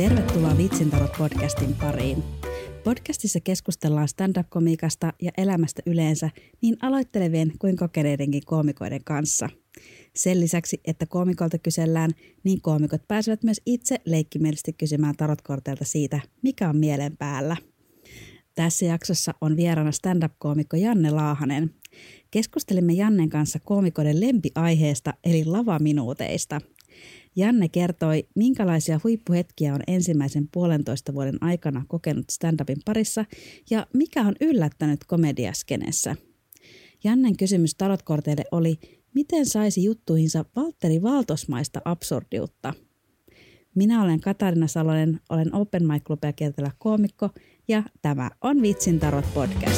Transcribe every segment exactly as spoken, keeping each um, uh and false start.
Tervetuloa Vitsintarot-podcastin pariin. Podcastissa keskustellaan stand-up-komiikasta ja elämästä yleensä niin aloittelevien kuin kokeneidenkin koomikoiden kanssa. Sen lisäksi, että koomikolta kysellään, niin koomikot pääsevät myös itse leikkimielisesti kysymään tarotkorteilta siitä, mikä on mielen päällä. Tässä jaksossa on vieraana stand-up-koomikko Janne Laahanen. Keskustelimme Jannen kanssa koomikoiden lempiaiheesta eli lavaminuuteista. Janne kertoi, minkälaisia huippuhetkiä on ensimmäisen puolentoista vuoden aikana kokenut stand-upin parissa ja mikä on yllättänyt komediaskenessä. Jannen kysymys tarotkorteille oli, miten saisi juttuihinsa Valtteri Valtosmaista absurdiutta. Minä olen Katarina Salonen, olen Open Mic Clubia kiertelevä koomikko ja tämä on Vitsin Tarot podcast.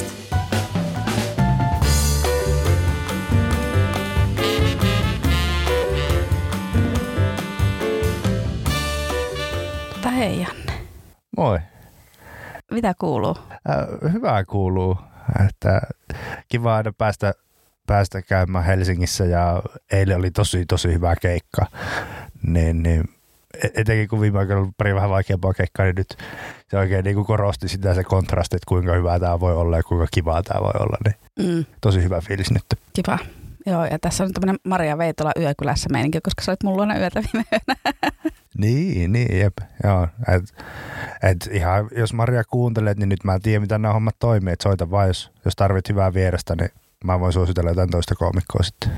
Mutta hei Janne. Moi. Mitä kuuluu? Äh, hyvää kuuluu. Että kiva aina päästä, päästä käymään Helsingissä ja eilen oli tosi tosi hyvä keikka. Niin, niin etenkin kun viime aikoina oli pari vähän vaikeampaa keikkaa, niin nyt se oikein niin kuin korosti sitä se kontrasti, että kuinka hyvää tämä voi olla ja kuinka kivaa tämä voi olla. Niin mm. Tosi hyvä fiilis nyt. Kiva. Joo, ja tässä on tämmöinen Maria Veitola yökylässä meininki, koska sä olit mun luona yötä viime yönä. Niin, niin, jep. Joo, et, et ihan, jos Maria kuuntelet, niin nyt mä en tiedä, mitä nämä hommat toimii. Et soita vaan, jos, jos tarvit hyvää vierestä, niin mä voin suositella jotain toista koomikkoa sitten.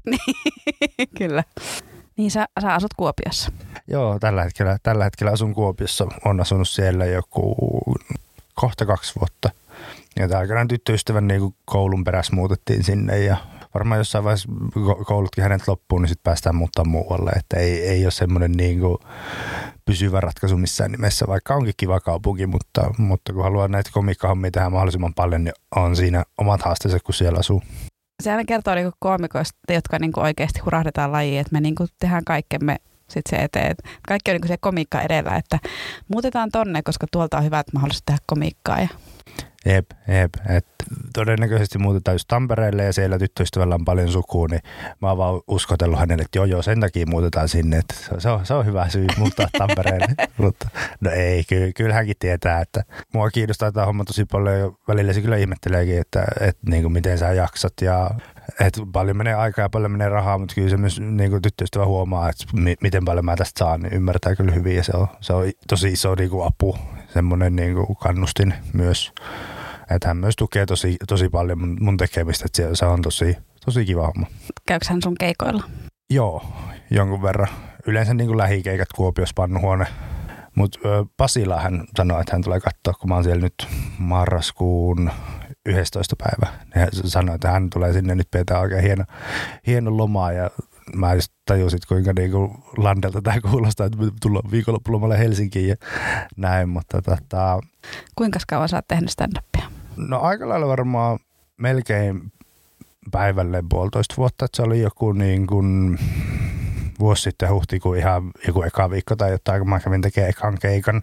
Kyllä. Niin sä, sä asut Kuopiossa. Joo, tällä hetkellä, tällä hetkellä asun Kuopiossa. Olen asunut siellä joku kohta kaksi vuotta. Ja aikanaan tyttöystävän niin koulun perässä muutettiin sinne ja varmaan jossain vaiheessa koulutkin hänet loppuun, niin sitten päästään muuttaa muualle. Että ei, ei ole semmoinen niin kuin pysyvä ratkaisu missään nimessä, vaikka onkin kiva kaupunki, mutta, mutta kun haluaa näitä komiikkahommia tehdä mahdollisimman paljon, niin on siinä omat haasteensa, kun siellä asuu. Se aina kertoo niinku koomikoista, jotka niinku oikeasti hurahdetaan lajiin, että me niinku tehdään kaikkemme sit se eteen. Kaikki on niinku se komiikka edellä, että muutetaan tonne, koska tuolta on hyvät mahdollisuudet tehdä komiikkaa. Ja Jep, jep. Et todennäköisesti muutetaan just Tampereelle ja siellä tyttöystävällä on paljon sukua, niin mä oon vaan uskotellut hänelle, että joo joo, sen takia muutetaan sinne, että se on, se on hyvä syy muuttaa Tampereelle. Mutta no ei, kyllä, kyllä hänkin tietää, että mua kiinnostaa tämä homma tosi paljon ja välillä se kyllä ihmetteleekin, että, että niin kuin miten sä jaksat ja että paljon menee aikaa ja paljon menee rahaa, mutta kyllä se myös niin kuin tyttöystävä huomaa, että mi- miten paljon mä tästä saan, niin ymmärtää kyllä hyvin ja se on, se on tosi iso niin kuin apu, semmoinen niin kuin kannustin myös. Että hän myös tukee tosi, tosi paljon mun, mun tekemistä, että se on tosi, tosi kiva homma. Käykö hän sun keikoilla? Joo, jonkun verran. Yleensä niin kuin lähikeikat Kuopiossa Pannuhuone. Mutta Pasila hän sanoi, että hän tulee katsoa, kun mä oon siellä nyt marraskuun yhdestoista päivä. Hän sanoi, että hän tulee sinne nyt pitää oikein hieno, hieno lomaa ja mä just tajusin, kuinka niinku Landelta tämä kuulostaa, että tullaan viikonloppulomalle Helsinkiin ja näin, mutta tota... Kuinka kauan sä oot tehnyt stand-upia? No aika lailla varmaan melkein päivälleen puolitoista vuotta, että se oli joku niin kuin vuosi sitten huhtikuun ihan joku eka viikko tai jotain, kun mä kävin tekemään ekan keikan.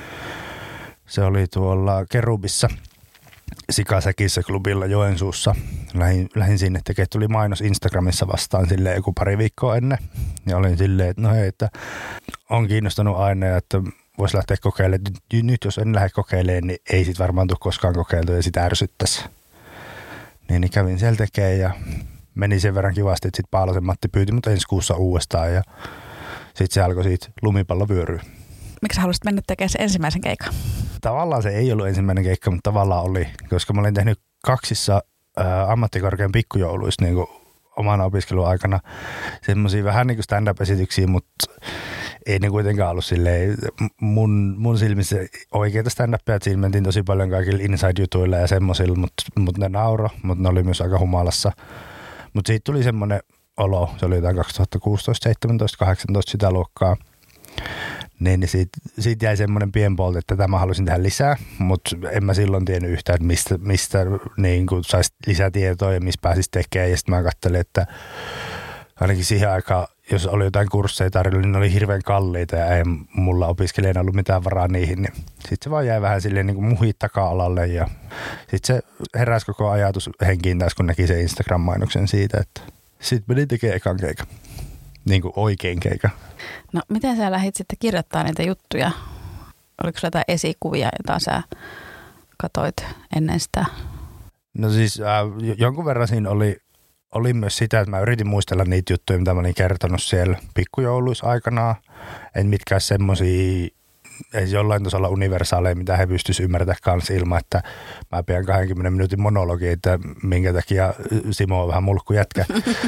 Se oli tuolla Kerubissa, Sikasäkissä klubilla Joensuussa. Lähin, lähin sinne tekemään, tuli mainos Instagramissa vastaan silleen joku pari viikkoa ennen. Ja olin silleen, että no hei, että on kiinnostanut aina ja että voisi lähteä kokeilemaan. Nyt jos en lähde kokeilemaan, niin ei sit varmaan tule koskaan kokeiltua ja sitä ärsyttäisi. Niin, niin kävin siellä tekemään ja meni sen verran kivasti, että sitten Paalosen Matti pyyti mut ensi kuussa uudestaan ja sitten se alkoi siitä lumipallo vyöryä. Miksi sä haluaisit mennä tekemään se ensimmäisen keikan? Tavallaan se ei ollut ensimmäinen keikka, mutta tavallaan oli, koska mä olin tehnyt kaksissa ää, ammattikorkean pikkujouluissa niin kuin omana opiskeluaikana semmoisia vähän niin kuin stand-up-esityksiä, mutta ei ne kuitenkaan ollut silleen mun, mun silmissä oikeita stand-upia, että siinä mentiin tosi paljon kaikilla inside-jutuilla ja semmoisilla, mutta mut ne nauro, mutta ne oli myös aika humalassa. Mutta siitä tuli semmoinen olo, se oli jotain kaksituhattakuusitoista, seitsemäntoista, kahdeksantoista sitä luokkaa. Niin, niin siitä, siitä jäi semmoinen pienpolti, että tämä halusin tehdä lisää, mutta en mä silloin tiennyt yhtään, että mistä, mistä niin saisi lisää tietoa ja missä pääsisi tekemään. Ja sitten mä katselin, että ainakin siihen aikaan, jos oli jotain kursseja tarjolla, niin ne oli hirveän kalliita ja ei mulla opiskelijana ollut mitään varaa niihin. Niin sitten se vaan jäi vähän silleen niin kuin muhiin taka-alalle ja sitten se heräsi koko ajatus henkiin taas, kun näki sen Instagram-mainoksen siitä, että sitten meni tekemään ekan keikan. Niin kuin oikein keikan. No miten sä lähdit sitten kirjoittaa niitä juttuja? oliko sulla jotain esikuvia, joita sä katoit ennen sitä? No siis äh, jonkun verran siinä oli, oli myös sitä, että mä yritin muistella niitä juttuja, mitä mä olin kertonut siellä pikkujouluissa aikanaan. En mitkään semmosia, ei jollain tasolla universaaleja, mitä he pystyisivät ymmärtämään kanssa ilman, että mä pidän kaksikymmentä minuutin monologia, että minkä takia Simo on vähän mulkkujätkä.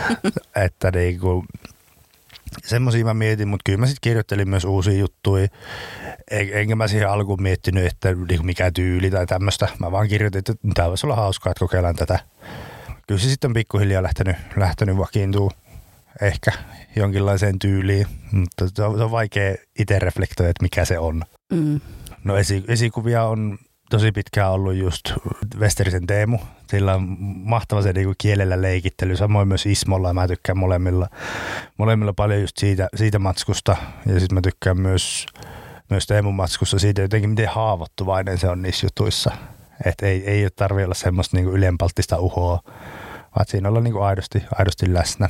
Että niinku, semmosia mä mietin, mutta kyllä mä sitten kirjoittelin myös uusia juttuja. Enkä mä siihen alkuun miettinyt, että mikä tyyli tai tämmöistä. Mä vaan kirjoitin, että tämä voisi olla hauskaa, että kokeillaan tätä. Kyllä se sitten on pikkuhiljaa lähtenyt, lähtenyt vakiintua ehkä jonkinlaiseen tyyliin, mutta se on, se on vaikea itse reflektoida, että mikä se on. Mm. No esi, esikuvia on tosi pitkään ollut just Westerisen Teemu. Sillä on mahtava se niinku kielellä leikittely, samoin myös Ismolla. Mä tykkään molemmilla, molemmilla paljon just siitä, siitä matskusta ja sitten mä tykkään myös, myös Teemun matskussa siitä jotenkin, miten haavoittuvainen se on niissä jutuissa. Että ei, ei tarvitse olla semmoista niinku ylenpalttista uhoa, vaan siinä ollaan niinku aidosti, aidosti läsnä.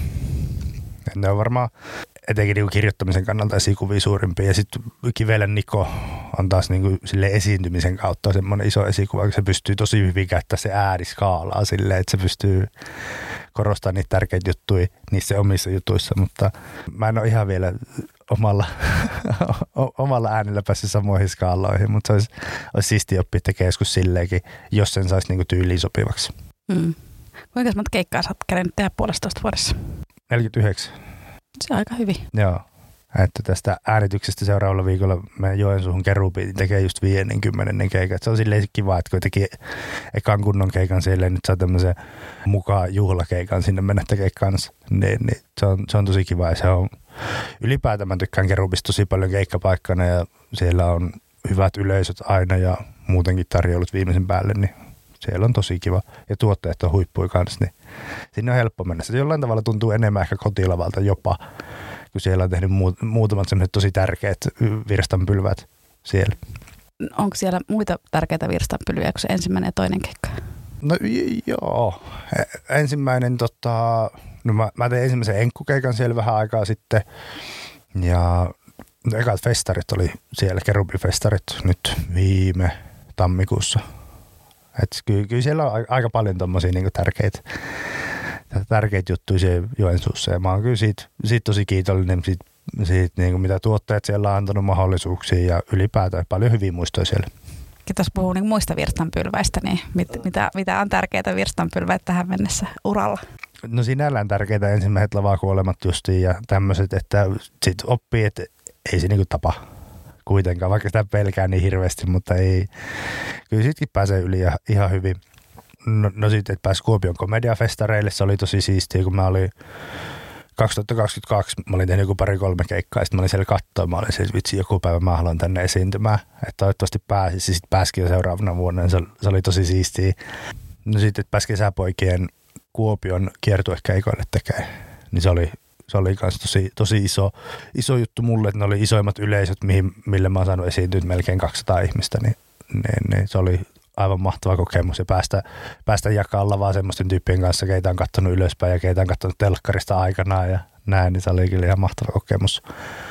Ne on varmaan etenkin niinku kirjoittamisen kannalta esikuvia suurimpia. Ja sitten Kivelän Niko on taas niinku sille esiintymisen kautta semmoinen iso esikuva, kun se pystyy tosi hyvin käyttämään se ääriskaalaa silleen, että se pystyy korostamaan niitä tärkeitä juttuja niissä omissa jutuissa. Mutta mä en ole ihan vielä omalla, omalla äänellä päässyt samoihin skaaloihin, mutta se olisi, olisi siistiä oppia tekemään joskus silleenkin, jos sen saisi niinku tyyliin sopivaksi. Mm. Kuinka monta keikkaa sä oot käynyt tehdä puolestoista vuodessa? neljäkymmentäyhdeksän. Se on aika hyvin. Joo. Että tästä äänityksestä seuraavalla viikolla meidän Joensuuhun Kerubiin tekee just viisikymmentä keikan. Se on silleen kiva, että kun teki ekan kunnon keikan siellä, nyt saa tämmöisen mukaan juhlakeikan sinne mennä tekemään kanssa. Niin, niin se, on, se on tosi kiva ja se on ylipäätään mä tykkään Kerubista tosi paljon keikkapaikkana ja siellä on hyvät yleisöt aina ja muutenkin tarjoulut viimeisen päälle, niin siellä on tosi kiva. Ja tuotteet on huippuja kanssa, niin sinne on helppo mennä. Se jollain tavalla tuntuu enemmän ehkä kotilavalta jopa, kun siellä on tehnyt muutamat sellaiset tosi tärkeät virstanpylvät siellä. Onko siellä muita tärkeitä virstanpylviä kuin se ensimmäinen ja toinen keikka? No joo. Ensimmäinen, tota, no mä, mä tein ensimmäisen enkkukeikan siellä vähän aikaa sitten. Ja no, ekat festarit oli siellä, Kerubifestarit nyt viime tammikuussa. Et kyllä, kyllä siellä on aika paljon tommosia niinku tärkeitä, tärkeitä juttuja siellä Joensuussa. Ja mä oon kyllä siitä, siitä tosi kiitollinen, siitä, siitä niinku mitä tuottajat siellä on antanut mahdollisuuksia ja ylipäätään paljon hyviä muistoja siellä. Kiitos puhuu niin muista virstanpylväistä, niin mit, mitä, mitä on tärkeitä virstanpylväitä tähän mennessä uralla? No sinällään tärkeitä ensimmäiset lavakuolemat justiin ja tämmöiset, että sit oppii, että ei se niinku tapa kuitenkaan, vaikka sitä pelkää niin hirveästi, mutta ei. Kyllä sitkin pääsee yli ihan hyvin. No, no sitten, että pääsi Kuopion komediafestareille, se oli tosi siistiä, kun mä olin kaksituhattakaksikymmentäkaksi, mä olin tehnyt joku pari-kolme keikkaa, ja sitten mä olin siellä katsoa, mä olin siis vitsi, joku päivä mä haluan tänne esiintymään, että toivottavasti pääsisi, sitten pääsikin jo seuraavana vuonna, se, se oli tosi siistiä. No sitten, että pääsi kesäpoikien Kuopion kiertuekeikoille tekemään, niin se oli Se oli myös tosi, tosi iso, iso juttu mulle, että ne oli isoimmat yleisöt, mihin, mille mä oon saanut esiintyä melkein kaksisataa ihmistä, niin, niin, niin se oli aivan mahtava kokemus ja päästä, päästä jakaa lavaa semmoisten tyyppien kanssa, keitä on katsonut ylöspäin ja keitä on katsonut telkkarista aikanaan ja näin, niin se oli kyllä ihan mahtava kokemus.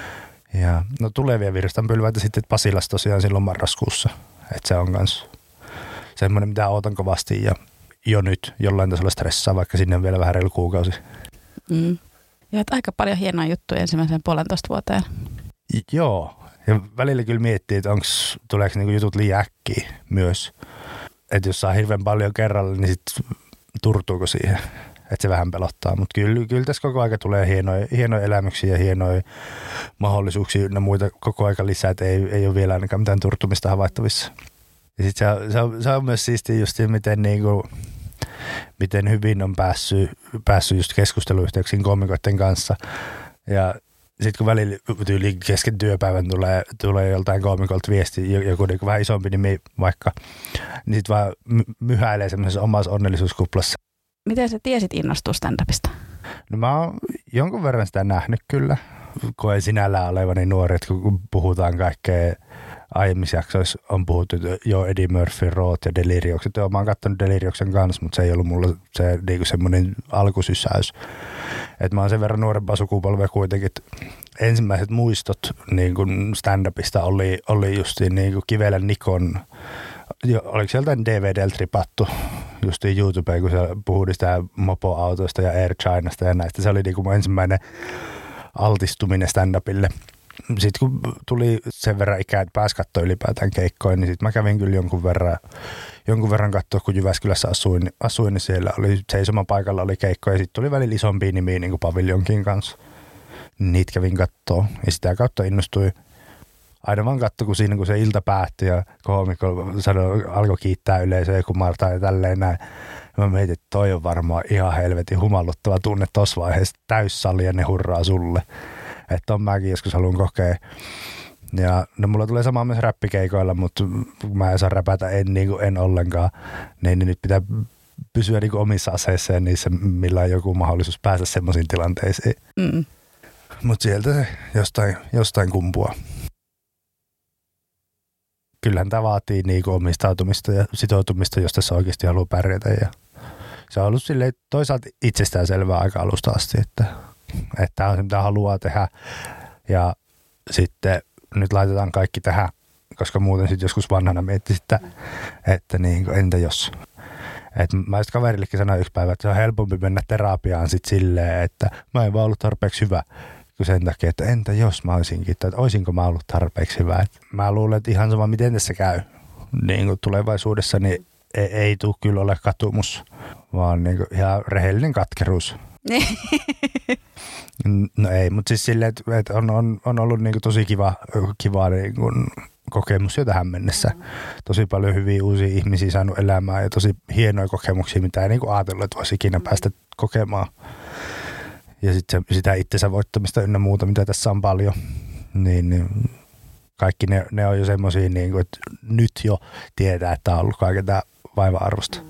Ja no tulevia virstanpylväitä sitten Pasilassa tosiaan silloin marraskuussa, että se on myös semmoinen, mitä ootan kovasti ja jo nyt jollain tasolla stressaa, vaikka sinne on vielä vähän reilu kuukausi. Mm. Ja aika paljon hienoja juttuja ensimmäisen puolentoista vuoteen. Joo, ja välillä kyllä miettii, että onks, tuleeko niinku jutut liian äkkiä myös. Että jos saa hirveän paljon kerralla, niin sitten turtuuko siihen, että se vähän pelottaa. Mutta kyllä, kyllä tässä koko aika tulee hienoja, hienoja elämyksiä ja hienoja mahdollisuuksia ja muita koko aika lisää, että ei, ei ole vielä ainakaan mitään turtumista havaittavissa. Ja sitten se, se, on, se on myös siistiä just miten niinku miten hyvin on päässyt, päässyt just keskusteluyhteyksiin koomikoiden kanssa. Ja sitten kun välillä tyyliin kesken työpäivän tulee, tulee joltain koomikolta viesti, joku niin vähän isompi nimi vaikka, niin sitten vaan myhäilee semmoisessa omassa onnellisuuskuplassa. Miten sä tiesit innostua stand-upista? No mä oon jonkun verran sitä nähnyt kyllä. Koen sinällään olevani nuori, että kun puhutaan kaikkea aiemmissa jaksoissa on puhuttu jo Eddie Murphy, Roth ja Deliriokset. Joo, mä oon katsonut Delirioksen kanssa, mutta se ei ollut mulla se niinku semmoinen alkusysäys. Että mä oon sen verran nuorempaa sukupolvea kuitenkin, että ensimmäiset muistot niin kuin stand-upista oli, oli justiin niin kuin Kivelän Nikon, jo, oliko sieltä D V D:ltä ripattu justiin YouTubeen, kun se puhui sitä mopoautoista ja Air Chinasta ja näistä. Se oli niin kuin mun ensimmäinen altistuminen stand-upille. Sitten kun tuli sen verran ikään, että pääsi katsoa ylipäätään keikkoja, niin sitten mä kävin kyllä jonkun verran, jonkun verran katsoa, kun Jyväskylässä asuin, asuin niin siellä oli seisoma paikalla oli keikkoja, ja sitten tuli välillä isompia nimiä niin kuin Paviljonkin kanssa. Niitä kävin katsoa, ja sitä kautta innostui aina vaan katsoa, kun siinä kun se ilta päättyi ja koomikko sanoi, alkoi kiittää yleisöä ja kumartaa ja tälleen näin. Ja mä mietin, että toi on varmaan ihan helvetin humalluttava tunne tossa vaiheessa, täyssali ja ne hurraa sulle. Että on mäkin joskus haluan kokea. Ja no mulla tulee sama myös räppikeikoilla, mutta mä en saa räpätä en, niin kuin en ollenkaan. Niin, niin nyt pitää pysyä niin kuin omissa aseissa ja niissä, millä on joku mahdollisuus päästä semmoisiin tilanteisiin. Mm. Mutta sieltä se jostain, jostain kumpuaa. Kyllähän tämä vaatii niin kuin omistautumista ja sitoutumista, jos tässä oikeasti haluaa pärjätä. Ja se on ollut silleen toisaalta itsestäänselvää aika alusta asti, että että tämä on se, mitä haluaa tehdä ja sitten nyt laitetaan kaikki tähän, koska muuten sitten joskus vanhana mietti sitä, että niin kuin, entä jos. Et mä just kaverillekin sanoin yksi päivä, että se on helpompi mennä terapiaan sitten silleen, että mä en vaan ollut tarpeeksi hyvä, kun sen takia, että entä jos mä olisinkin, että olisinko mä ollut tarpeeksi hyvä. Et mä luulen, että ihan sama miten tässä käy niin kuin tulevaisuudessa, niin ei, ei tule kyllä ole katumus, vaan niin kuin ihan rehellinen katkeruus. No ei, mutta siis silleen, että on, on, on ollut niinku tosi kiva, kiva niinku kokemus jo tähän mennessä. Tosi paljon hyviä uusia ihmisiä saanut elämään ja tosi hienoja kokemuksia, mitä ei niinku ajatellut, että voisi ikinä päästä kokemaan. Ja sitten sitä itsensä voittamista ynnä muuta, mitä tässä on paljon. Niin, niin kaikki ne, ne on jo semmoisia, niinku, että nyt jo tietää, että on ollut kaiken tämä vaiva-arvosta.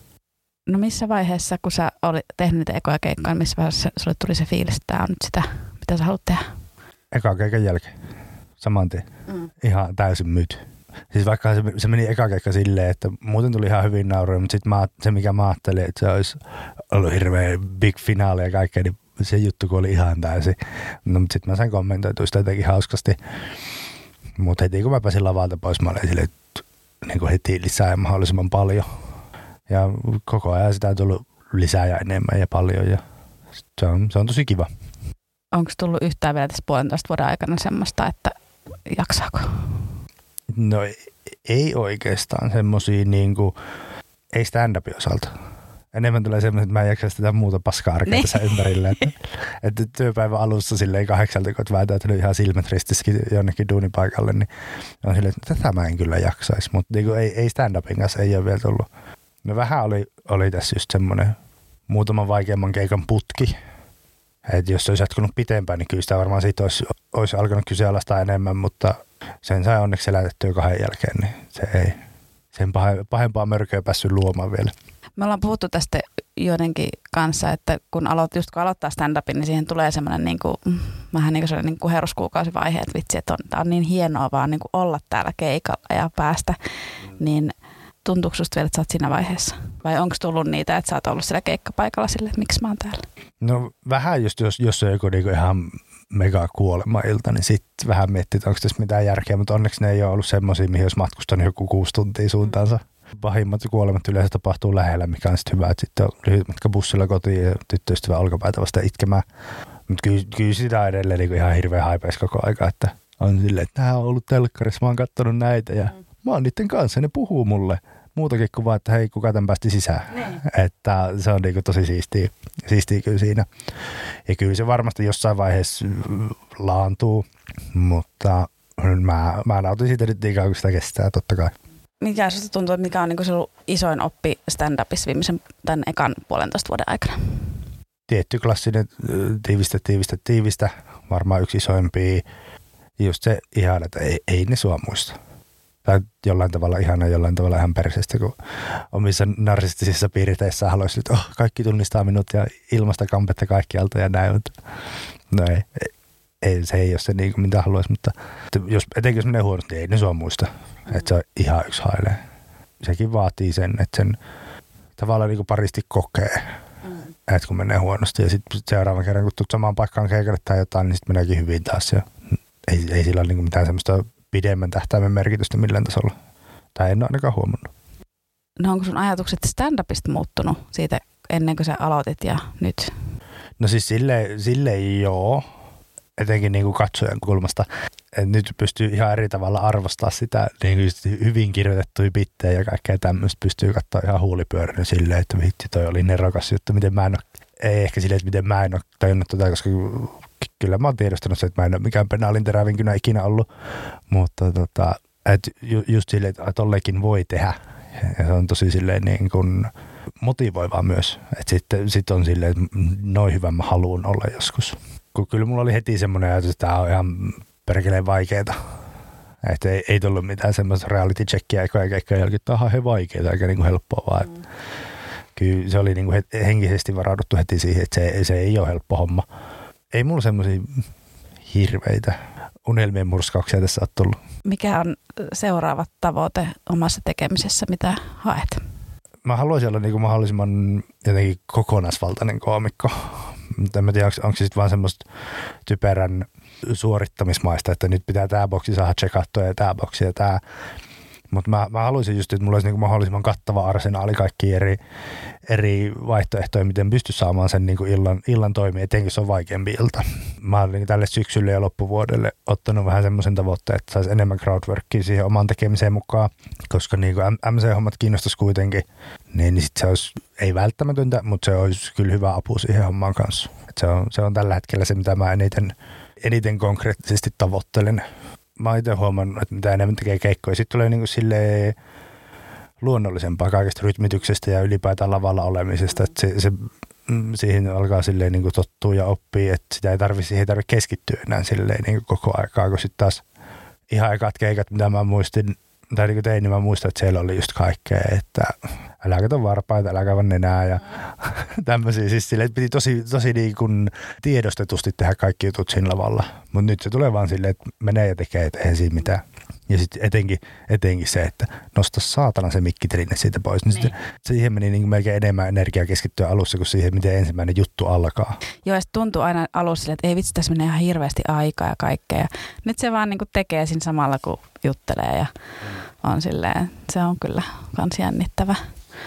No missä vaiheessa, kun sä olit tehnyt niitä ekoja keikkoja, missä vaiheessa sulle tuli se fiilis, että tämä on nyt sitä, mitä sä haluat tehdä? Eka keikan jälkeen. Saman tien. Mm. Ihan täysin myyty. Siis vaikka se, se meni eka keikka silleen, että muuten tuli ihan hyvin nauroja, mutta sitten se mikä mä ajattelin, että se olisi ollut hirveän big finaali ja kaikkea, niin se juttu kun oli ihan täysin. No mutta sitten mä sain kommentoitua sitä jotenkin hauskasti. Mutta heti kun mä pääsin lavalta pois, mä olin silleen, että niin heti lisää ja mahdollisimman paljon. Ja koko ajan sitä on tullut lisää ja enemmän ja paljon ja se on, se on tosi kiva. Onko tullut yhtään vielä tässä puolentoista vuoden aikana semmoista, että jaksaako? No ei oikeastaan semmosia niinku, ei stand-upin osalta. Enemmän tulee semmoista, että mä en jaksa sitä muuta paskaa arkea tässä ympärillä. Että, että työpäivän alussa silleen kahdeksalta, kun mä täytynyt ihan silmät ristissäkin jonnekin duunipaikalle, niin on silleen, että tätä mä en kyllä jaksaisi. Mutta niinku, ei, ei stand-upin kanssa ei ole vielä tullut. No vähän oli, oli tässä just semmoinen muutaman vaikeamman keikan putki. Että jos se olisi jatkunut pitempään, niin kyllä sitä varmaan siitä olisi, olisi alkanut kyseenalaistaa enemmän, mutta sen sai onneksi elätettyä kahden jälkeen, niin se ei sen pahempaa mörköä päässyt luomaan vielä. Me ollaan puhuttu tästä joidenkin kanssa, että kun, aloit, just kun aloittaa stand-upin, niin siihen tulee semmoinen niin kuin, vähän niin kuin sellainen niin kuin heruskuukausivaihe, että vitsi, että on, tämä on niin hienoa vaan niin kuin olla täällä keikalla ja päästä, niin tuntuuko susta vielä, että sä oot siinä vaiheessa? Vai onko tullut niitä, että sä oot ollut siellä keikkapaikalla sille, että miksi mä oon täällä? No vähän just, jos, jos on joku niinku ihan mega kuolemailta, niin sitten vähän miettii, että onko tässä mitään järkeä, mutta onneksi ne ei ole ollut semmoisia, mihin olisi matkustanut joku kuusi tuntia suuntaansa. Pahimmat kuolemat yleensä tapahtuu lähellä, mikä on sitten hyvä, että sitten on lyhyt matka bussilla kotiin ja tyttöystävä olkapäätä vasta itkemään. Mutta kyllä, kyllä sitä edelleen niin ihan hirveän haipeisi koko aika, että on silleen, että nämä on ollut telkkarissa, mä oon katsonut näitä ja mä oon niiden kanssa, ne puhuu mulle. Muutakin kuin vaan, että hei, kuka tämän päästi sisään. Ne. Että se on niin kuin tosi siistiä, siistiä kyllä siinä. Ja kyllä se varmasti jossain vaiheessa laantuu, mutta mä, mä nautin siitä nyt niin kauan, kun sitä kestää, totta kai. Mikä sinusta tuntuu, että mikä on niin kuin se isoin oppi stand-upissa viimeisen tämän ekan puolentoista vuoden aikana? Tietty klassinen tiivistä, tiivistä, tiivistä. Varmaan yksi isoimpia. Just se ihan, että ei, ei ne sua muista. Tai jollain tavalla ihana, jollain tavalla ihan perseestä, kun omissa narsistisissa piirteissä haluaisi, että oh, kaikki tunnistaa minut ja ilmasta kampetta kaikkialta ja näin. Mutta no ei, ei, se ei ole se niin kuin mitä haluaisi, mutta jos, etenkin jos menee huonosti, niin ei ne sua muista, mm. että se on ihan yksi hailee. Sekin vaatii sen, että sen tavallaan niin kuin paristi kokee, mm. että kun menee huonosti ja sitten seuraavan kerran, kun tulet samaan paikkaan keikalle tai jotain, niin sitten meneekin hyvin taas ja ei, ei sillä ole niin kuin mitään semmoista pidemmän tähtäimen merkitystä millään tasolla. Tai en ole ainakaan huomannut. No onko sun ajatukset stand-upista muuttunut siitä ennen kuin sä aloitit ja nyt? No siis silleen, silleen joo, etenkin niin kuin katsojan kulmasta. Et nyt pystyy ihan eri tavalla arvostaa sitä niin kuin hyvin kirjoitettuja bittejä ja kaikkea tämmöistä. Pystyy katsoa ihan huulipyöränä silleen, että vitti toi oli nerokas juttu. Miten mä en ole, ei ehkä silleen, että miten mä en ole tajunnut tota, koska kyllä mä oon tiedostanut se, että mä en ole mikään penaalin terävinkynä ikinä ollut. Mutta tota, et ju, just silleen, että tollekin voi tehdä. Ja se on tosi silleen niin kuin motivoivaa myös. Että sitten sit on silleen, että noin hyvä mä haluan olla joskus. Kun kyllä mulla oli heti semmoinen ajatus, että tämä on ihan perkeleen vaikeeta. Että ei, ei tullut mitään semmoista reality checkia eikä keikkaa jälkeen, että tämä on ihan vaikeeta eikä niin kuin helppoa vaan. Mm. Kyllä se oli niin kuin henkisesti varauduttu heti siihen, että se, se ei ole helppo homma. Ei mulla semmoisia hirveitä unelmien murskauksia tässä ole tullut. Mikä on seuraava tavoite omassa tekemisessä, mitä haet? Mä haluaisin olla niin kuin mahdollisimman jotenkin kokonaisvaltainen koomikko. Mutta en mä tiedä, onko se sitten vaan semmoista typerän suorittamismaista, että nyt pitää tämä boksi saada checkattua ja tämä boksi ja tämä. Mutta mä, mä haluaisin just, että mulla olisi niinku mahdollisimman kattava arsenaali kaikki eri, eri vaihtoehtoja, miten pystyisi saamaan sen niinku illan, illan toimia, etenkin se on vaikeampi ilta. Mä olen tälle syksylle ja loppuvuodelle ottanut vähän semmoisen tavoitteen, että saisi enemmän crowdworkia siihen omaan tekemiseen mukaan, koska niinku M C-hommat kiinnostaisi kuitenkin, niin, niin sit se olisi, ei välttämätöntä, mutta se olisi kyllä hyvä apu siihen hommaan kanssa. Et se, on, se on tällä hetkellä se, mitä mä eniten, eniten konkreettisesti tavoittelen. Mä oon itse huomannut, että mitä enemmän tekee keikkoja. Sitten tulee niinku silleen luonnollisempaa kaikesta rytmityksestä ja ylipäätään lavalla olemisesta. Että se, se, siihen alkaa silleen niinku tottua ja oppii, että sitä ei tarvitse, siihen ei tarvitse keskittyä enää silleen niinku koko aikaa. Kun sitten taas ihan ekat keikat, mitä mä muistin, tai niin kuin tein, niin mä muistan, että siellä oli just kaikkea, että älä kato varpaita, älä kaiva nenää ja tämmöisiä. Siis silleen, että piti tosi, tosi niin kuin tiedostetusti tehdä kaikki jutut siinä lavalla. Mutta nyt se tulee vaan silleen, että menee ja tekee, että eihän siinä mitään. Ja sitten etenkin, etenkin se, että nosta saatana se mikkiteline siitä pois. Niin. Niin siihen meni niin kuin melkein enemmän energiaa keskittyä alussa kuin siihen, miten ensimmäinen juttu alkaa. Joo, ja se tuntuu aina alussa silleen, että ei vitsi, tässä menee ihan hirveästi aikaa ja kaikkea. Ja nyt se vaan niin kuin tekee siinä samalla, kun juttelee ja on silleen, se on kyllä kans jännittävä.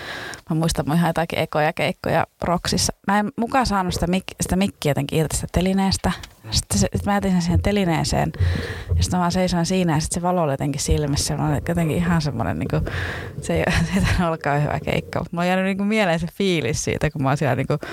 Mä muistan mun ihan jotakin ekoja keikkoja Roksissa. Mä en mukaan saanut sitä, mik- sitä mikkiä jotenkin irti sitä telineestä. Sitten se, sit mä jätin sen siihen telineeseen ja sitten mä vaan seisoin siinä ja sitten se valo oli jotenkin silmissä. Mä olin jotenkin ihan semmoinen, niin kuin, se ei ole olkaan hyvä keikka. Mutta mä oon jäänyt niin kuin mieleen se fiilis siitä, kun mä oon siellä niin kuin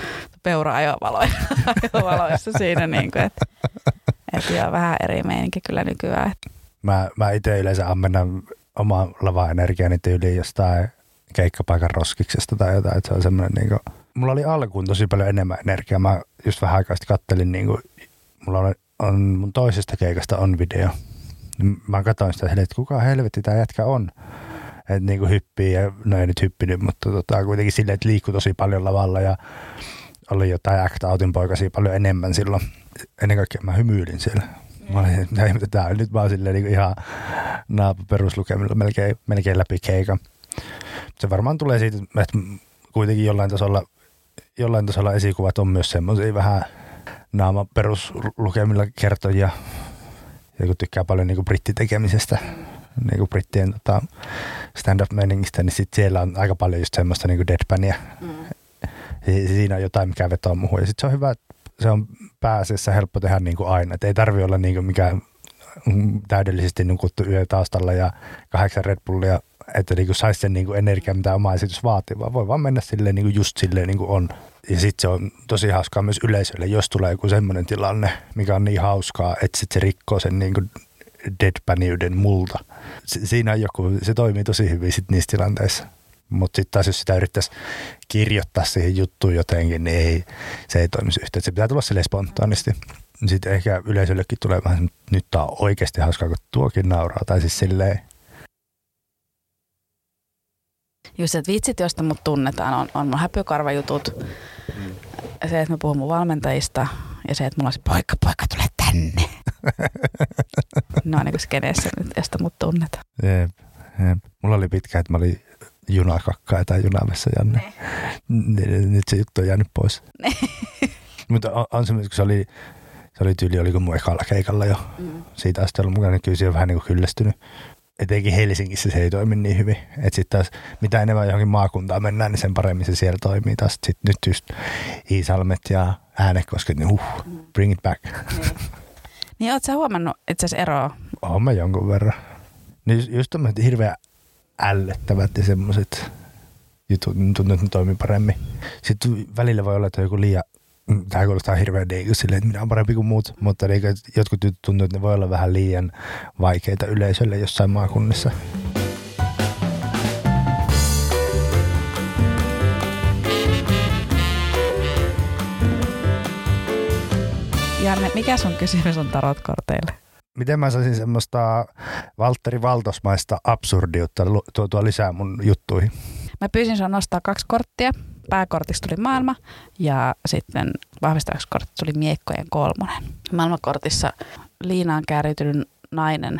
peura-ajovaloissa siinä. Niin kuin, että et joo, vähän eri meininki kyllä nykyään. Mä, mä itse yleensä ammennan omaa lava-energiani tyyliin jostain keikkapaikan roskiksesta tai jotain, että se on semmoinen niinku, mulla oli alkuun tosi paljon enemmän energiaa. Mä just vähän aikaa sitten kattelin niinku, mulla on, on mun toisesta keikasta on video. Mä katsoin sitä, että kuka helvetti tää jätkä on. Että niinku hyppii ja no ei nyt hyppinyt, mutta tota, kuitenkin silleen, että liikkui tosi paljon lavalla ja oli jotain act-outin poikasia paljon enemmän silloin. Ennen kaikkea mä hymyilin siellä. Mä olin, että mitä tää on nyt vaan silleen niinku ihan naapa peruslukemilla melkein, melkein läpi keikan. Se varmaan tulee siitä, että kuitenkin jollain tasolla, jollain tasolla esikuvat on myös semmoisia vähän naama peruslukemilla kertojia, ja kun tykkää paljon niin kuin brittitekemisestä, niin kuin brittien tota, stand-up-meningistä, niin sit siellä on aika paljon just semmoista niin kuin deadpania. Mm. Siinä on jotain, mikä vetoo muuhun. Ja sitten se on hyvä, se on pääasiassa helppo tehdä niin kuin aina. Et ei tarvitse olla niin kuin mikään täydellisesti nukuttu yö taustalla ja kahdeksan Red Bullia, että niinku saisi sen niinku energiaa, mitä oma esitys vaatii, vaan voi vaan mennä silleen niinku just silleen niin kuin on. Ja sitten se on tosi hauskaa myös yleisölle, jos tulee joku semmoinen tilanne, mikä on niin hauskaa, että sitten se rikkoo sen niinku deadpaniyden multa. Si- siinä on joku, se toimii tosi hyvin sit niissä tilanteissa. Mutta sitten taas jos sitä yrittäisi kirjoittaa siihen juttuun jotenkin, niin ei, se ei toimisi yhtään. Se pitää tulla silleen spontaanisti. Sitten ehkä yleisöllekin tulee vähän, nyt tää on oikeasti hauskaa, kun tuokin nauraa. Tai siis silleen. Just, että vitsit, joista mut tunnetaan, on, on mun häpykarvajutut. Mm. Se, että mä puhun mun valmentajista ja se, että mulla on se poika, poika, tule tänne. No niin kuin skeneessä nyt, josta mut tunnetaan. Jep, jep. Mulla oli pitkä, että mä olin junakakkaa tai junavessa Janne. Nyt se juttu on jäänyt pois. Mutta on, on se, kun se oli, se oli tyyli, oliko mun ekalla keikalla jo. Mm. Siitä asti ollut mukana, niin kyllä se on vähän niin kuin kyllästynyt. Etenkin Helsingissä se ei toimi niin hyvin. Että sitten taas, mitä enemmän johonkin maakuntaan mennään, niin sen paremmin se siellä toimii. Taas sit nyt just Iisalmet ja Äänekosket, niin uh, bring it back. Niin, niin ootko sä huomannut itse asiassa eroa? Oon mä jonkun verran. Niin just tämmöiset hirveän ällöttävät ja semmoiset jutut, tuntuu, että ne toimii paremmin. Sitten välillä voi olla, että joku liian, tämä kuulostaa hirveän niin silleen, että minä on parempi kuin muut, mutta niin, jotkut jutut tuntuu, että ne voi olla vähän liian vaikeita yleisölle jossain maakunnissa. Janne, mikä sun kysymys on tarotkorteille? Miten mä saisin semmoista Valtteri Valtosmaista absurdiutta tuotua lisää mun juttuihin? Mä pyysin sua nostaa kaksi korttia. Pääkortista tuli maailma ja sitten vahvistavaksi kortista tuli miekkojen kolmonen. Maailmakortissa liinaan kääriytynyt nainen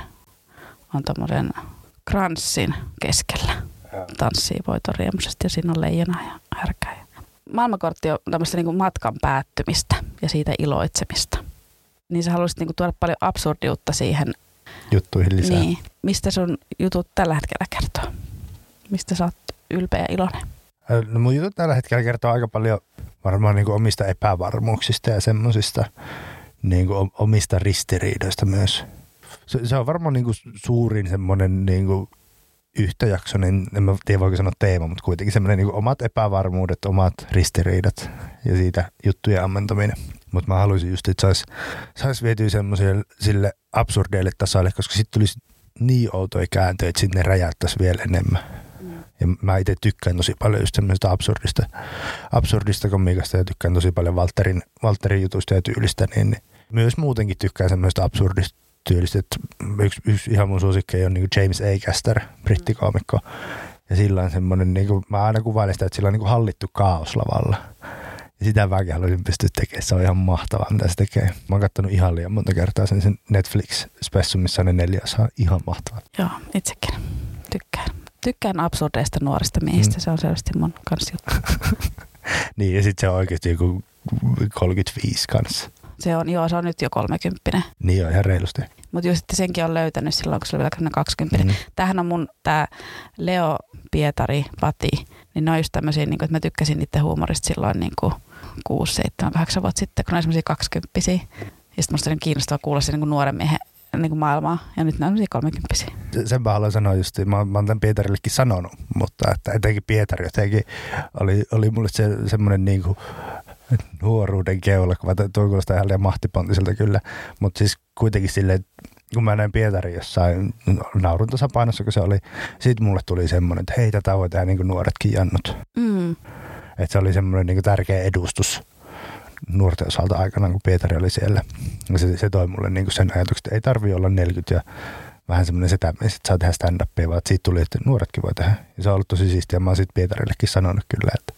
on tommosen kranssin keskellä. Tanssii voitoriemuisesti ja siinä on leijona ja härkä. Maailmakortti on tämmöistä niinku matkan päättymistä ja siitä iloitsemista. Niin sä haluaisit niinku tuoda paljon absurdiutta siihen juttuihin lisää. Niin. Mistä sun jutut tällä hetkellä kertoo? Mistä sä oot ylpeä ja iloinen? No mun jutut tällä hetkellä kertoo aika paljon varmaan niinku omista epävarmuuksista ja semmoisista niinku omista ristiriidoista myös. Se, se on varmaan niinku suurin semmoinen niinku yhtäjaksoinen, en mä tiedä voiko sanoa teema, mutta kuitenkin semmoinen niinku omat epävarmuudet, omat ristiriidat ja siitä juttujen ammentaminen. Mutta mä haluaisin just, että sais, sais vietyä semmoiselle sille absurdeille tasoille, koska sitten tulisi niin outoja kääntöjä, että sitten ne räjäyttäisi vielä enemmän. Mm. Ja mä itse tykkään tosi paljon just semmoisesta absurdista, absurdista komiikasta ja tykkään tosi paljon Valtterin, Valtterin jutuista ja tyylistä, niin, niin myös muutenkin tykkään semmoista absurdista tyylistä. Yksi, yksi ihan mun suosikkeja on niin kuin James Acaster, brittikoomikko. Ja sillä on semmoinen, niin kuin, mä aina kuvailen sitä, että sillä on niin kuin hallittu kaos lavalla. Ja sitä mäkin haluaisin pystyä tekemään. Se on ihan mahtavaa, mitä se tekee. Mä oon katsonut ihan liian monta kertaa sen, sen Netflix-spessun, missä on ne neljä osaa. Ihan mahtavaa. Joo, itsekin tykkään. Tykkään absurdeista nuorista miehistä. Mm. Se on selvästi mun kanssa juttu. Niin, ja sitten se on oikeasti joku kolmekymmentäviisi kanssa. Se on, joo, se on nyt jo kolmekymppinen. Niin on ihan reilusti. Mutta just senkin on löytänyt silloin, kun se oli vielä kaksikymppinen. Mm. Tämähän on mun tää Leo, Pietari, Pati. Niin ne on just tämmöisiä, niin että mä tykkäsin niiden huumorista silloin niin kuin kuusi, seitsemän, kahdeksan vuotta sitten, kun ne oli semmoisia kaksikymppisiä. Ja sitten musta oli kiinnostavaa kuulla se niin kuin nuoren miehen niin kuin maailmaa. Ja nyt ne on semmoisia kolmekymppisiä. Sen mä haluan sanoa just, mä, mä oon tämän Pietarillekin sanonut, mutta että etenkin Pietari jotenkin oli, oli mulle se, semmoinen niin kuin nuoruuden keula, kun mä tuon kuulostaa ihan liian mahtipontiselta kyllä. Mutta siis kuitenkin silleen, kun mä näin Pietari jossain naurun tasapainossa, kun se oli, siitä mulle tuli semmoinen, että hei, tätä voi tehdä niin kuin nuoretkin jannut. Mm. Että se oli semmoinen niin kuin tärkeä edustus nuorten osalta aikana, kun Pietari oli siellä. Ja se, se toi mulle niin kuin sen ajatuksen, että ei tarvitse olla neljäkymmentä ja vähän semmoinen setämies, että saa tehdä stand-upia, vaan siitä tuli, että nuoretkin voi tehdä. Ja se on ollut tosi siistiä. Mä oon sitten Pietarillekin sanonut kyllä, että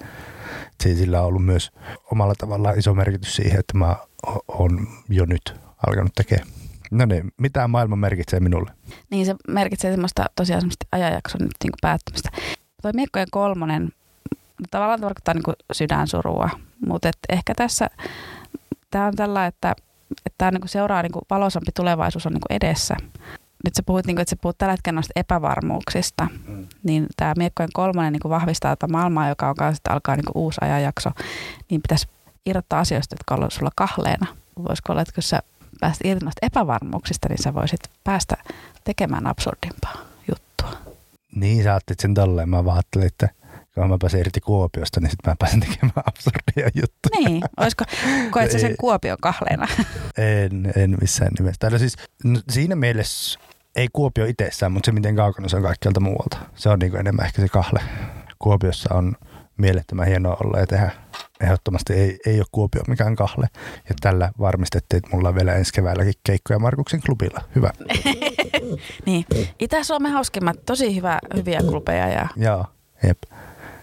sillä on ollut myös omalla tavallaan iso merkitys siihen, että mä oon jo nyt alkanut tekemään. No niin, mitä maailma merkitsee minulle? Niin, se merkitsee semmoista tosiaan semmoista ajanjakson nyt niin kuin päättymistä. Toi miekkojen kolmonen tavallaan tarkoittaa niin kuin sydänsurua, mutta et ehkä tässä tämä on tällä, että tämä niin kuin seuraa niin kuin valoisampi tulevaisuus on niin kuin edessä. Nyt sä puhut, niin kuin, että sä puhut tällä hetkellä noista epävarmuuksista, mm. niin tämä miekkojen kolmonen niin kuin vahvistaa tätä maailmaa, joka on kanssa, että alkaa niin kuin uusi ajanjakso, niin pitäisi irrottaa asioista, jotka on sulla kahleena. Voisiko olla, että kun sä pääset irti noista epävarmuuksista, niin sä voisit päästä tekemään absurdimpaa juttua. Niin, sä ajattelit sen tolleen. Mä vaan ajattelin, että kun mä pääsen irti Kuopiosta, niin sitten mä pääsen tekemään absurdia juttuja. Niin, olisiko, koet sä sen Kuopion kahleena? En, en missään nimessä. Täällä siis, no, siinä mielessä ei Kuopio itsessään, mutta se miten kaukana se on kaikkialta muualta. Se on niin kuin enemmän ehkä se kahle. Kuopiossa on mielettömän hienoa olla ja tehdä. Ehdottomasti ei, ei ole Kuopio mikään kahle. Ja tällä varmistettiin, että mulla on vielä ensi keväälläkin keikkoja Markuksen klubilla. Hyvä. Niin. Itä-Suomen hauskimmat, tosi hyvä, hyviä klubeja. Ja... Joo, jep.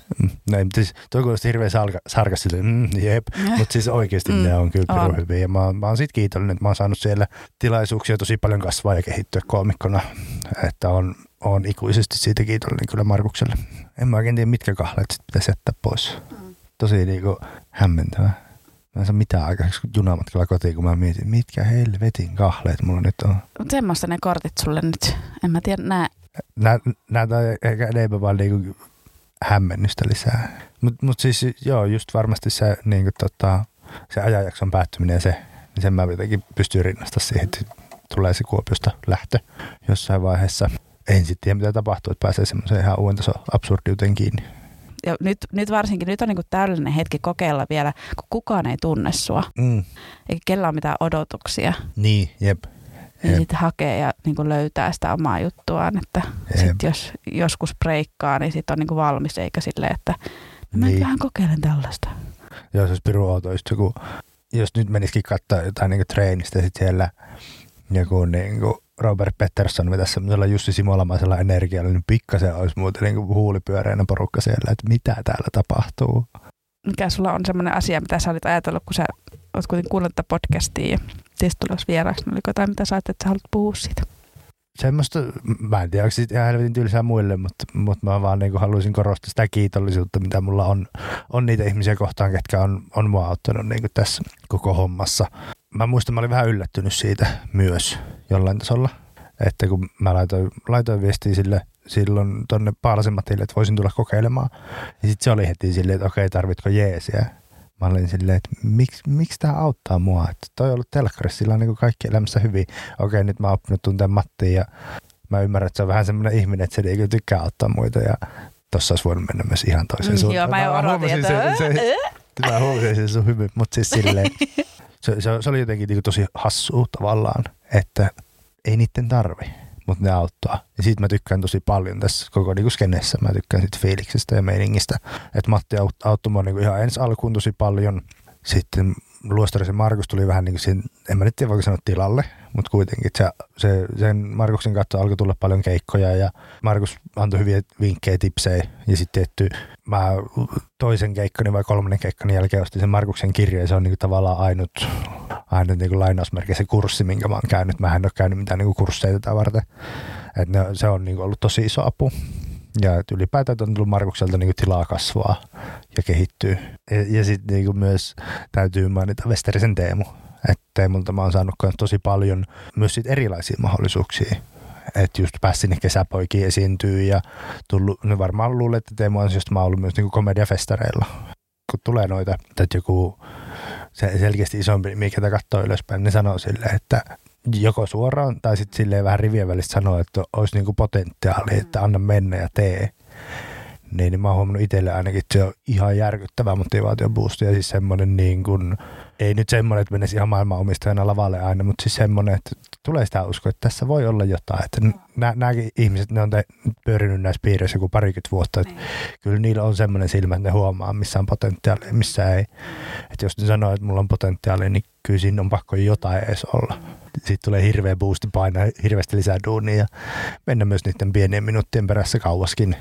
No, siis toi kuulosti hirveän sarkastille, mm, jep, mutta siis oikeasti mm, ne on kyllä pirun hyviä. Ja mä, oon, mä oon siitä kiitollinen, että mä oon saanut siellä tilaisuuksia tosi paljon kasvaa ja kehittyä koomikkona, että on, on ikuisesti siitä kiitollinen kyllä Markukselle. En mä oikein tiedä, mitkä kahleet sit pitäisi jättää pois. Tosi niinku hämmentävää. Mä en saa mitään aikaa junamatkalla kotiin, kun mä mietin, mitkä helvetin kahleet mulla nyt on. Mutta semmoista ne kortit sulle nyt, en mä tiedä, nää. Näitä on ehkä enemmän vaan niinku hämmennystä lisää. Mutta mut siis joo, just varmasti se, niinku, tota, se ajanjakson päättyminen ja se, niin sen mä jotenkin pystyn rinnastamaan siihen, että tulee se Kuopiosta lähtö jossain vaiheessa. En sitten tiedä, mitä tapahtuu, että pääsee semmoiseen ihan uuden tason absurdiuteen kiinni. Ja nyt, nyt varsinkin, nyt on niinku täydellinen hetki kokeilla vielä, kun kukaan ei tunne sua. Mm. Eikä kellään ole mitään odotuksia. Niin, jep. Niin sitten hakee ja niinku löytää sitä omaa juttuaan, että sit jos joskus breikkaa, niin sitten on niinku valmis, eikä silleen, että mä niin. vähän kokeilen tällaista. Joo, se olisi pirun outo, just joku, jos nyt menisikin katsoa jotain niinku treenistä, sitten siellä joku niinku Robert Pettersson vetäisi semmoisella Jussi Simolamaisella energialla, niin pikkasen olisi muuten niinku huulipyöreänä porukka siellä, että mitä täällä tapahtuu. Mikä sulla on semmoinen asia, mitä sä olit ajatellut, kun sä oot kuitenkin kuunnellut tätä podcastia ja tietysti tulossa vieraaksi, niin oliko jotain, mitä sä ajattelet, että sä haluat puhua siitä? Semmoista, mä en tiedä, onko siitä ihan helvetin tylsää muille, mutta, mutta mä vaan niin haluaisin korostaa sitä kiitollisuutta, mitä mulla on, on niitä ihmisiä kohtaan, ketkä on, on mua auttanut niin tässä koko hommassa. Mä muistan, mä olin vähän yllättynyt siitä myös jollain tasolla, että kun mä laitoin, laitoin viestiä sille silloin tonne Paalasen Matille, että voisin tulla kokeilemaan. Ja sitten se oli heti silleen, että okei, tarvitko jeesiä? Mä olin silleen, että miksi, miksi tämä auttaa mua? Että toi on ollut telkkarissa, sillä on niin kuin kaikki elämässä hyvin. Okei, nyt mä oon oppinut tuntea Mattia ja mä ymmärrän, että se on vähän semmoinen ihminen, että se ei tykkää auttaa muita. Ja tossa olisi voinut mennä myös ihan toiseen suuntaan. Joo, mä jo odotin, että... Se, se, mä huomasin, että se on hyvin, mutta siis silleen, se, se, se oli jotenkin niin tosi hassua tavallaan, että ei niiden tarvi. Mutta ne auttaa. Ja siitä mä tykkään tosi paljon tässä koko niinku skenessä. Mä tykkään siitä fiiliksestä ja meiningistä. Että Matti auttoi mua niinku ihan ensi alkuun tosi paljon. Sitten Luostarisen Markus tuli vähän niinku siinä, en mä nyt tiedä voiko sanoa tilalle, mutta kuitenkin se, se, sen Markuksen kautta alkoi tulla paljon keikkoja ja Markus antoi hyviä vinkkejä, tipsejä. Ja sitten tietty mä toisen keikkani vai kolmannen keikkani jälkeen ostin sen Markuksen kirjan ja se on niinku tavallaan ainut, ainut niinku lainausmerkeissä kurssi, minkä mä oon käynyt. Mä en ole käynyt mitään niinku kursseja tätä varten. Et ne, se on niinku ollut tosi iso apu. Ja ylipäätään on tullut Markukselta niinku tilaa kasvaa ja kehittyy. Ja, ja sitten niinku myös täytyy mainita Westerisen Teemu. Että Teemulta mä oon saanut tosi paljon myös sit erilaisia mahdollisuuksia. Että just pääsi sinne kesäpoikiin esiintyy ja tullut, no varmaan luulen, että Teemu ansiosta mä oon ollut myös niinku komediafestareilla. Kun tulee noita, että joku se selkeästi isompi, mikä katsoo ylöspäin, ne sanoo silleen, että joko suoraan tai sitten silleen vähän rivien välistä sanoo, että olisi niinku potentiaali, että anna mennä ja tee. Niin, niin mä oon huomannut itselle ainakin, että se on ihan järkyttävä motivaation boosti ja siis semmoinen niin kuin, ei nyt semmoinen, että menisi ihan maailman omistajana lavalle aina, mutta siis semmoinen, että tulee sitä uskoa, että tässä voi olla jotain. Että nä, nämäkin ihmiset, ne on te, pyörinyt näissä piirissä joku parikymmentä vuotta, että kyllä niillä on semmoinen silmä, että ne huomaa, missä on potentiaalia ja missä ei. Että jos ne sanoo, että mulla on potentiaalia, niin kyllä siinä on pakko jotain edes olla. Sitten tulee hirveä boosti painaa, hirveästi lisää duunia ja mennä myös niiden pienien minuuttien perässä kauaskin.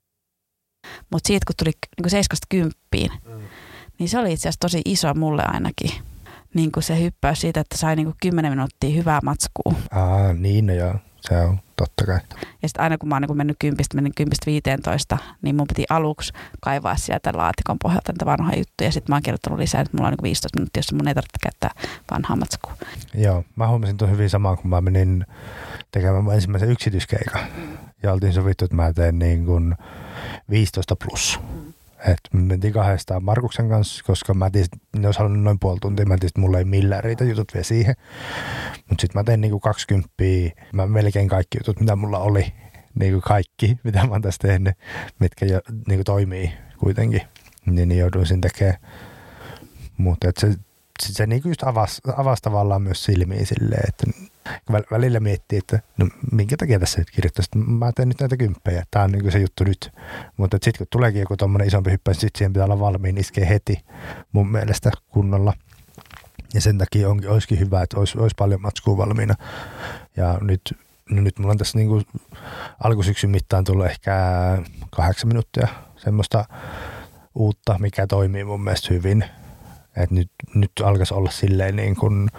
Mutta siitä kun tuli niin seiskasta kymppiin, mm. niin se oli itse asiassa tosi iso mulle ainakin. Niin kuin se hyppäys siitä, että sai niin kymmenen minuuttia hyvää matskua. Aa, niin no joo, se on totta kai. Ja sitten aina kun mä oon niin mennyt kympistä, menin kympistä viiteentoista, niin mun piti aluksi kaivaa sieltä laatikon pohjalta niitä vanhoja juttuja. Ja sitten mä oon kirjoittanut lisää, että mulla on niin viisitoista minuuttia, jossa mun ei tarvitse käyttää vanhaa matskua. Joo, mä huomasin tuon hyvin samaa, kun mä menin tekemään mun ensimmäisen yksityiskeikan. Mm. Ja oltiin sovittu, että mä teen niin kuin viisitoista plus. Mm. Että me mentiin kahdestaan Markuksen kanssa, koska mä tiedän, ne olisi halunnut noin puoli tuntia. Mä tiedän, että mulla ei millään riitä jutut vielä siihen. Mutta sitten mä tein niinku kaksikymmentä. Mä melkein kaikki jutut, mitä mulla oli. Niinku kaikki, mitä mä oon tässä tehnyt, mitkä jo, niinku toimii kuitenkin. Niin, niin jouduin sen tekemään. Mutta se, se, se niinku just avasi, avasi tavallaan myös silmiin silleen, että välillä miettii, että no minkä takia tässä nyt kirjoittaisi, mä teen nyt näitä kymppejä, tää on niin se juttu nyt. Mutta sitten kun tuleekin joku tommonen isompi hyppäys, sitten siihen pitää olla valmiin iskee heti mun mielestä kunnolla. Ja sen takia onkin, olisikin hyvä, että olisi, olisi paljon matskua valmiina. Ja nyt no nyt mulla on tässä niin kuin alkusyksyn mittaan tullut ehkä kahdeksan minuuttia semmoista uutta, mikä toimii mun mielestä hyvin. Et nyt, nyt alkaisi olla silleen niin kuin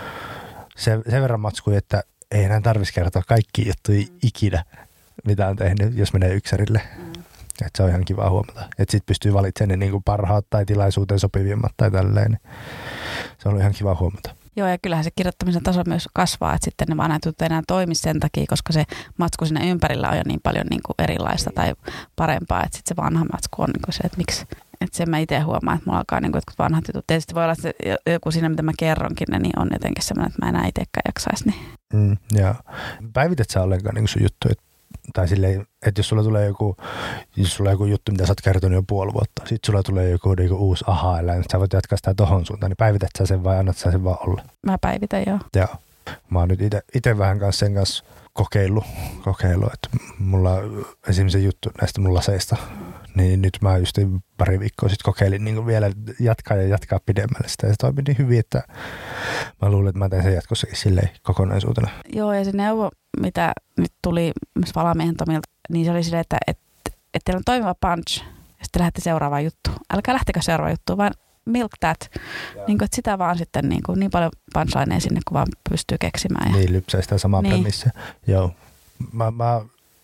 se, sen verran matskui, että ei enää tarvitsisi kertoa kaikki juttuja mm. ikinä, mitä on tehnyt, jos menee yksärille. Mm. Et se on ihan kiva huomata. Että sit pystyy valitsemaan ne niin kuin parhaat tai tilaisuuteen sopivimmat tai tälleen. Se on ihan kiva huomata. Joo, ja kyllähän se kirjoittamisen taso myös kasvaa, että sitten ne vanhat jutut enää toimi sen takia, koska se matsku siinä ympärillä on jo niin paljon niin kuin erilaista tai parempaa, että sitten se vanha matsku on niin kuin se, että miksi. Että sen mä itse huomaan, että mulla alkaa niin kuin jotkut vanhat jutut. Tietysti voi olla, että joku siinä, mitä mä kerronkin, niin on jotenkin semmoinen, että mä enää itsekään jaksaisi. Niin. Mm, joo. Päivität sä ollenkaan niin sun juttuja? Tai silleen, että jos sulla tulee joku, jos sulla on joku juttu, mitä sä oot kertonut jo puoli vuotta, sit sulla tulee joku niinku uusi aha-eläin, että sä voit jatkaa sitä tohon suuntaan, niin päivität sä sen vai annat sä sen vaan olla? Mä päivitän, joo. Joo. Mä oon nyt ite vähän kanssa sen kanssa kokeillut, kokeillut, että mulla on esimerkiksi se juttu näistä mun laseista, niin nyt mä just pari viikkoa sitten kokeilin niin vielä jatkaa ja jatkaa pidemmälle sitä. Ja se toimi niin hyvin, että mä luulen, että mä teen sen jatkossakin silleen kokonaisuutena. Joo, ja se neuvo, mitä nyt tuli myös Valamiehen Tomilta, niin se oli silleen, että, että, että teillä on toimiva punch, ja sitten lähdette seuraavaan juttuun. Älkää lähtekö seuraavaan juttuun, vaan milk that. Niin kuin, että sitä vaan sitten niin, kuin, niin paljon punchlinea sinne, kun vaan pystyy keksimään. Ja... Niin, lypsää sitä samaa niin. Premissiä. Joo. Mä, mä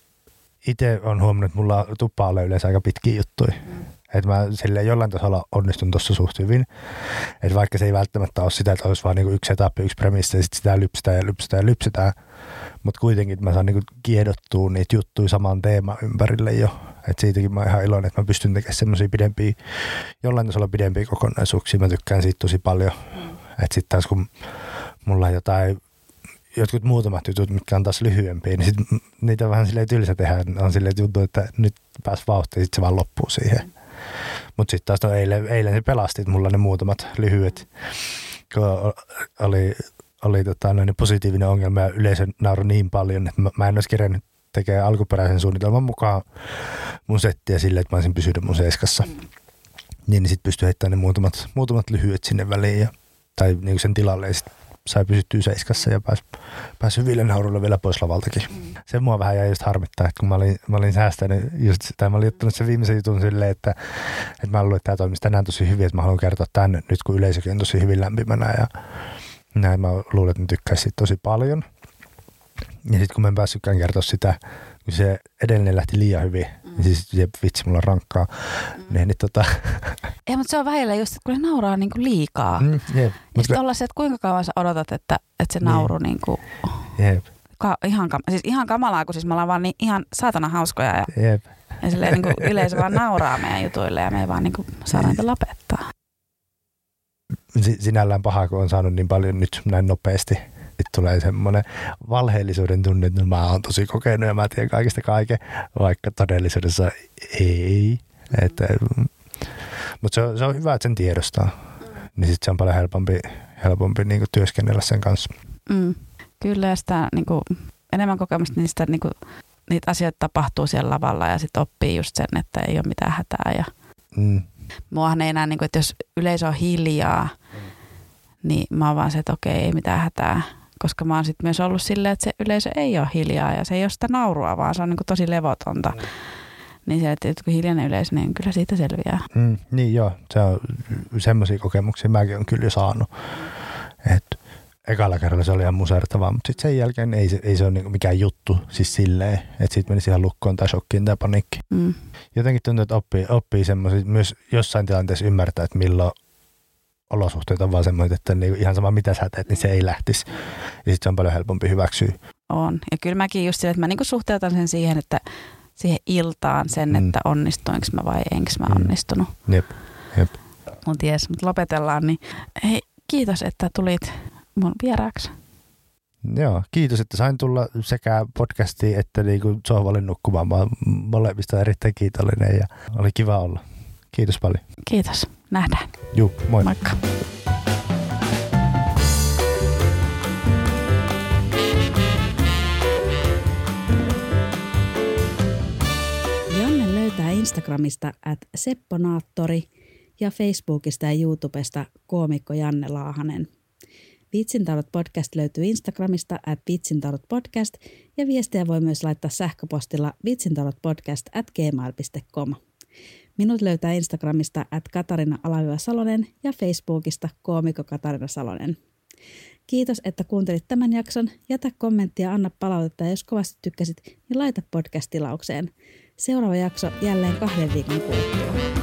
itse olen huomannut, että mulla tuppaa olla yleensä aika pitkiä juttuja. Mm. Että mä silleen jollain tasolla onnistun tuossa suht hyvin. Että vaikka se ei välttämättä ole sitä, että olisi vaan niinku yksi etappi, yksi premissi ja sitten sitä lypsetään ja lypsetään ja lypsetään. Mutta kuitenkin mä saan niinku kiedottua niitä juttuja saman teeman ympärille jo. Että siitäkin mä oon ihan iloinen, että mä pystyn tekemään semmoisia pidempiä, jollain tasolla pidempiä kokonaisuuksia. Mä tykkään siitä tosi paljon. Mm. Että sitten taas kun mulla on jotain, jotkut muutamat jutut, mitkä on taas lyhyempiä, niin sit niitä on vähän silleen tylsä tehdä. On silleen tuntuu, että nyt pääs vauhtiin ja sitten se vaan loppuu siihen. Mm. Mutta sitten taas no, eilen, eilen se pelasti mulla ne muutamat lyhyet, kun oli, oli tota, noin positiivinen ongelma ja yleisö nauroi niin paljon, että mä, mä en olisi kerennyt tekemään alkuperäisen suunnitelman mukaan mun settiä silleen, että mä olisin pysynyt mun seiskassa. Mm. Niin, niin sitten pystyi heittämään ne muutamat, muutamat lyhyet sinne väliin ja, tai niin sen tilalle ja sitten sai pysyttyä seiskassa ja pääsi pääs hyville nauruille vielä pois lavaltakin. Mm. Se mua vähän jäi just harmittaa, että kun mä olin, mä olin säästänyt just sitä, mä olin ottanut sen viimeisen jutun silleen, että, että mä luulen, että tämä toimisi tänään tosi hyvin, että mä haluan kertoa tämän nyt, kun yleisökin on tosi hyvin lämpimänä ja näin mä luulen, että ne tykkäisi siitä tosi paljon. Ja sitten kun mä en päässytkään kertoa sitä, kun se edellinen lähti liian hyvin, mm. niin siis jep, vitsi, mulla on rankkaa. Mm. Niin, niin tota... Ei, mutta se on vähillä just, kun ne nauraa niinku liikaa. Mm, jep. Ja sitten olla se, että kuinka kauan sä odotat, että, että se nauru niin. niinku... Jep. Ka- ihan, kam- siis ihan kamalaa, kun siis me ollaan vaan niin ihan saatana hauskoja. Ja, jep. ja silleen niinku yleisö vaan nauraa meidän jutuille ja me ei vaan niinku saada niitä lopettaa. Sinällään paha, kun on saanut niin paljon nyt näin nopeasti. Sitten tulee semmoinen valheellisuuden tunne, että mä oon tosi kokenut ja mä tiedän kaikista kaiken, vaikka todellisuudessa ei. Mutta se, se on hyvä, että sen tiedostaa. Niin sitten se on paljon helpompi, helpompi niinku työskennellä sen kanssa. Mm, kyllä, ja sitä niinku, enemmän kokemusta, niin sitä, niinku, niitä asioita tapahtuu siellä lavalla ja sitten oppii just sen, että ei ole mitään hätää. Ja mm. Muahan ei enää, niinku, että jos yleisö on hiljaa, mm. niin mä oon vaan se, että okei, ei mitään hätää. Koska mä oon sitten myös ollut silleen, että se yleisö ei ole hiljaa ja se ei ole sitä naurua, vaan se on niinku tosi levotonta. Mm. Niin se, että kun hiljainen yleisö, niin kyllä siitä selviää. Mm, niin joo, se on semmoisia kokemuksia mäkin on kyllä jo saanut. Että ekalla kerralla se oli ihan musertavaa, mutta sitten sen jälkeen ei se, ei se ole niinku mikään juttu siis silleen, että sitten menisi ihan lukkoon tai shokkiin tai paniikki. Mm. Jotenkin tuntuu, että oppii, oppii semmoisia, myös jossain tilanteessa ymmärtää, että milloin olosuhteet on vaan semmoiset, että niinku ihan sama mitä sä teet, niin se ei lähtisi. Ja sitten se on paljon helpompi hyväksyä. On. Ja kyllä mäkin just sille, että mä niinku suhteutan sen siihen, että siihen iltaan sen, mm. että onnistuinko mä vai enkö mä onnistunut. Mm. Jep, jep. Mut jes, mutta lopetellaan. Niin hei, kiitos, että tulit mun vieraaksi. Joo, kiitos, että sain tulla sekä podcastiin että niinku sohvalle nukkumaan. Mä oon molemmista erittäin kiitollinen ja oli kiva olla. Kiitos paljon. Kiitos. Nähdään. Juu, moi. Moikka. Janne löytää Instagramista at sepponaattori ja Facebookista ja YouTubesta koomikko Janne Laahanen. Vitsintarot podcast löytyy Instagramista at vitsintarotpodcast ja viestejä voi myös laittaa sähköpostilla vitsintarotpodcast at gmail piste com. Minut löytää Instagramista at katarina-salonen ja Facebookista koomikko Katarina Salonen. Kiitos, että kuuntelit tämän jakson. Jätä kommenttia, anna palautetta ja jos kovasti tykkäsit, niin laita podcast-tilaukseen. Seuraava jakso jälleen kahden viikon kuluttua.